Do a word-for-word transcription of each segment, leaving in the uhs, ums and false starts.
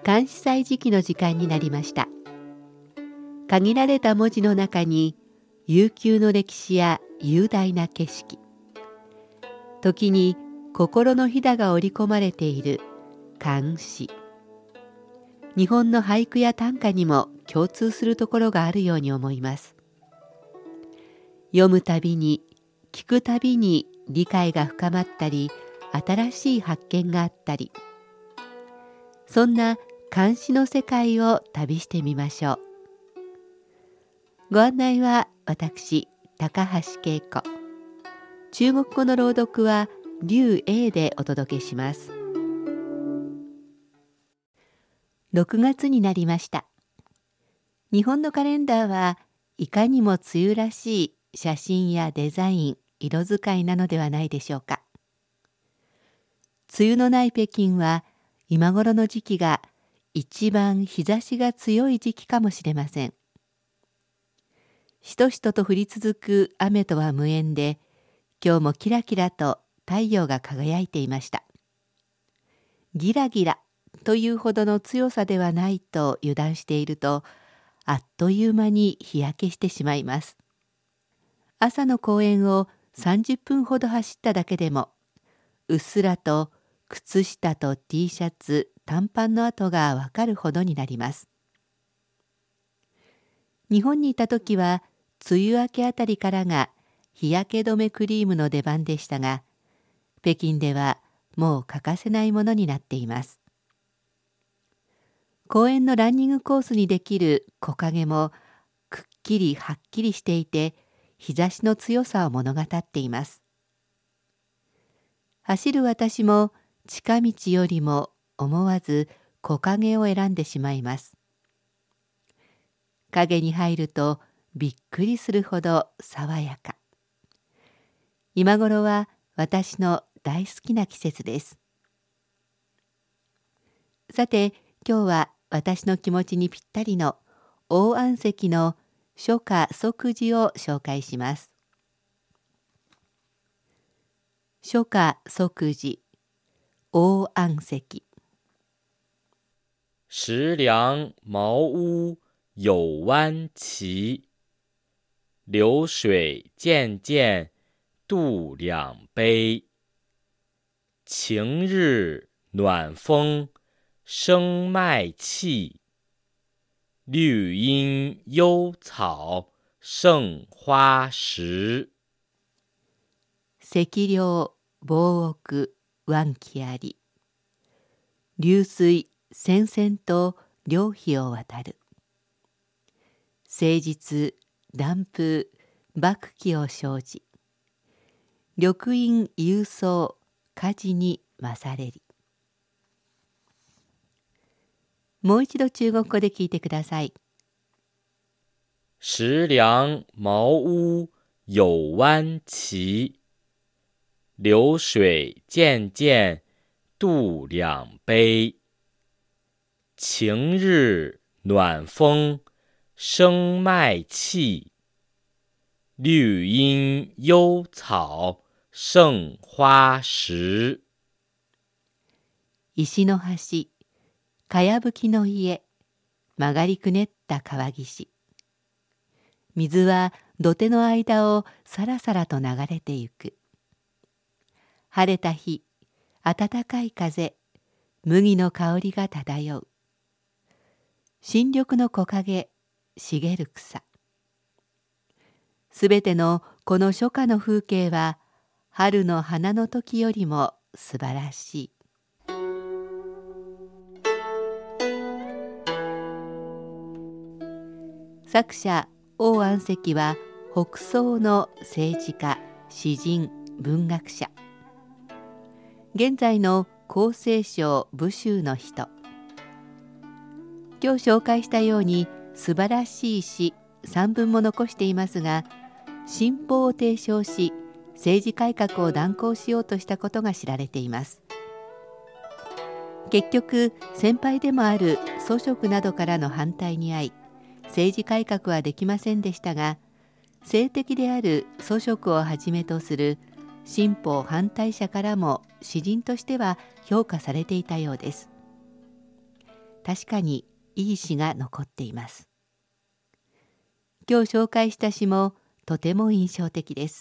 漢詩祭時期の時間になりました。限られた文字の中に悠久の歴史や雄大な景色、時に心のひだが織り込まれている漢詩。日本の俳句や短歌にも共通するところがあるように思います。読むたびに、聞くたびに理解が深まったり、新しい発見があったり、そんな漢詩の世界を旅してみましょう。ご案内は私、高橋恵子。中国語の朗読は劉英でお届けします。ろくがつになりました。日本のカレンダーはいかにも梅雨らしい写真やデザイン、色使いなのではないでしょうか。梅雨のない北京は今頃の時期が一番日差しが強い時期かもしれません。しとしとと降り続く雨とは無縁で、今日もキラキラと太陽が輝いていました。ギラギラというほどの強さではないと油断していると、あっという間に日焼けしてしまいます。朝の公園をさんじゅっぷんほど走っただけでも、うっすらと靴下と T シャツ、短パンの跡がわかるほどになります。日本にいた時は、梅雨明けあたりからが日焼け止めクリームの出番でしたが、北京ではもう欠かせないものになっています。公園のランニングコースにできる木陰もくっきりはっきりしていて、日差しの強さを物語っています。走る私も近道よりも思わず木陰を選んでしまいます。影に入るとびっくりするほど爽やか。今頃は私の大好きな季節です。さて、今日は私の気持ちにぴったりの王安石の書家即事を紹介します。書家即事、王安石。 石梁茅屋有弯旗，流水渐渐渡两杯。晴日暖风生麦气，绿阴幽草胜花时。 石梁房屋湾気あり、流水戦々と両碑を渡る。誠実暖風幕気を生じ、緑陰幽草火事に勝れり。もう一度中国語で聞いてください。 石梁茅屋有弯旗，流水渐渐渡两杯。晴日暖风生麦气，绿阴幽草胜花时。 石の橋、かやぶきの家、曲がりくねった川岸。水は土手の間をさらさらと流れてゆく。晴れた日、暖かい風、麦の香りが漂う。新緑の木陰、茂る草。すべてのこの初夏の風景は、春の花の時よりも素晴らしい。作者王安石は北宋の政治家、詩人、文学者。現在の厚生省武州の人。今日紹介したように素晴らしい詩さんぶんも残していますが、新法を提唱し政治改革を断行しようとしたことが知られています。結局先輩でもある祖職などからの反対に遭い、政治改革はできませんでしたが、政敵である祖職をはじめとする新法反対者からも詩人としては評価されていたようです。 確かにいい詩が残っています。今日紹介した詩もとても印象的です。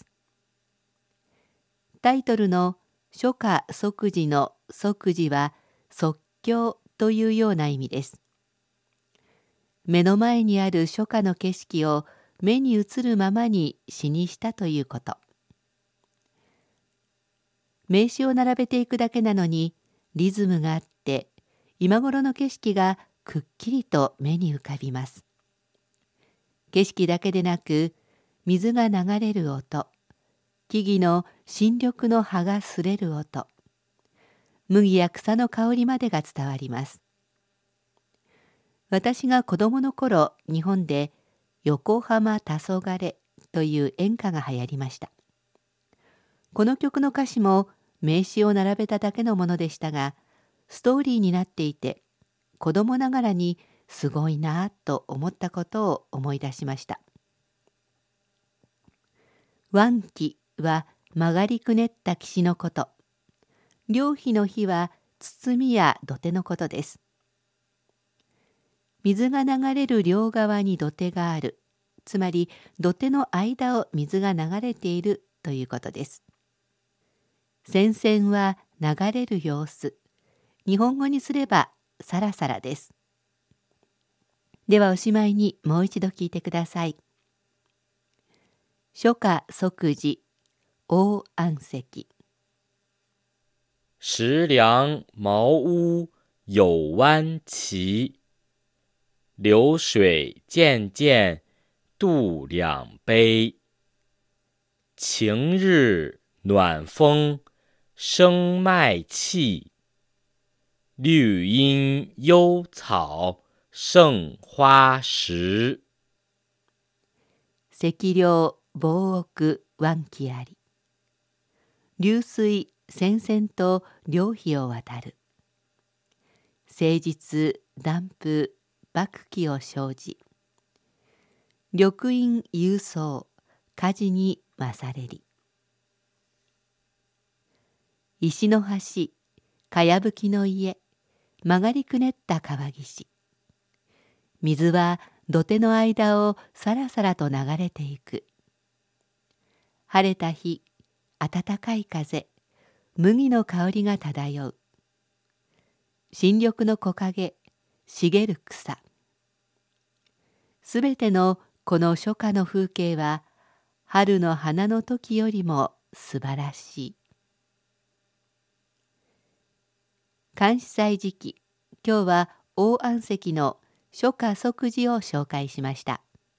タイトルの書家即時の即時は即興というような意味です。目の前にある書家の景色を目に映るままに詩にしたということ。名詞を並べていくだけなのにリズムがあって今頃の景色がくっきりと目に浮かびます。景色だけでなく水が流れる音、木々の新緑の葉が擦れる音、麦や草の香りまでが伝わります。私が子供の頃、日本で横浜黄昏という演歌が流行りました。この曲の歌詞も名詞を並べただけのものでしたが、ストーリーになっていて、子供ながらにすごいなぁと思ったことを思い出しました。湾気は曲がりくねった岸のこと。両碑の碑は包みや土手のことです。水が流れる両側に土手がある。つまり土手の間を水が流れているということです。線線は流れる様子。日本語にすればさらさらです。ではおしまいにもう一度聞いてください。書家即時王安石。 石梁茅屋有弯旗，流水渐渐渡两杯。晴日暖风生麦气，绿阴幽草胜花时。 石梁房屋湾気あり。流水線々と両碑を渡る。誠実暖風幕気を生じ。緑陰幽草火事に勝れり。石の橋かやぶきの家曲がりくねった川岸。水は土手の間をさらさらと流れていく。晴れた日、暖かい風、麦の香りが漂う。新緑の木陰、茂る草。すべてのこの初夏の風景は、春の花の時よりも素晴らしい。漢詩祭時記、今日は王安石の書家即時を紹介しました。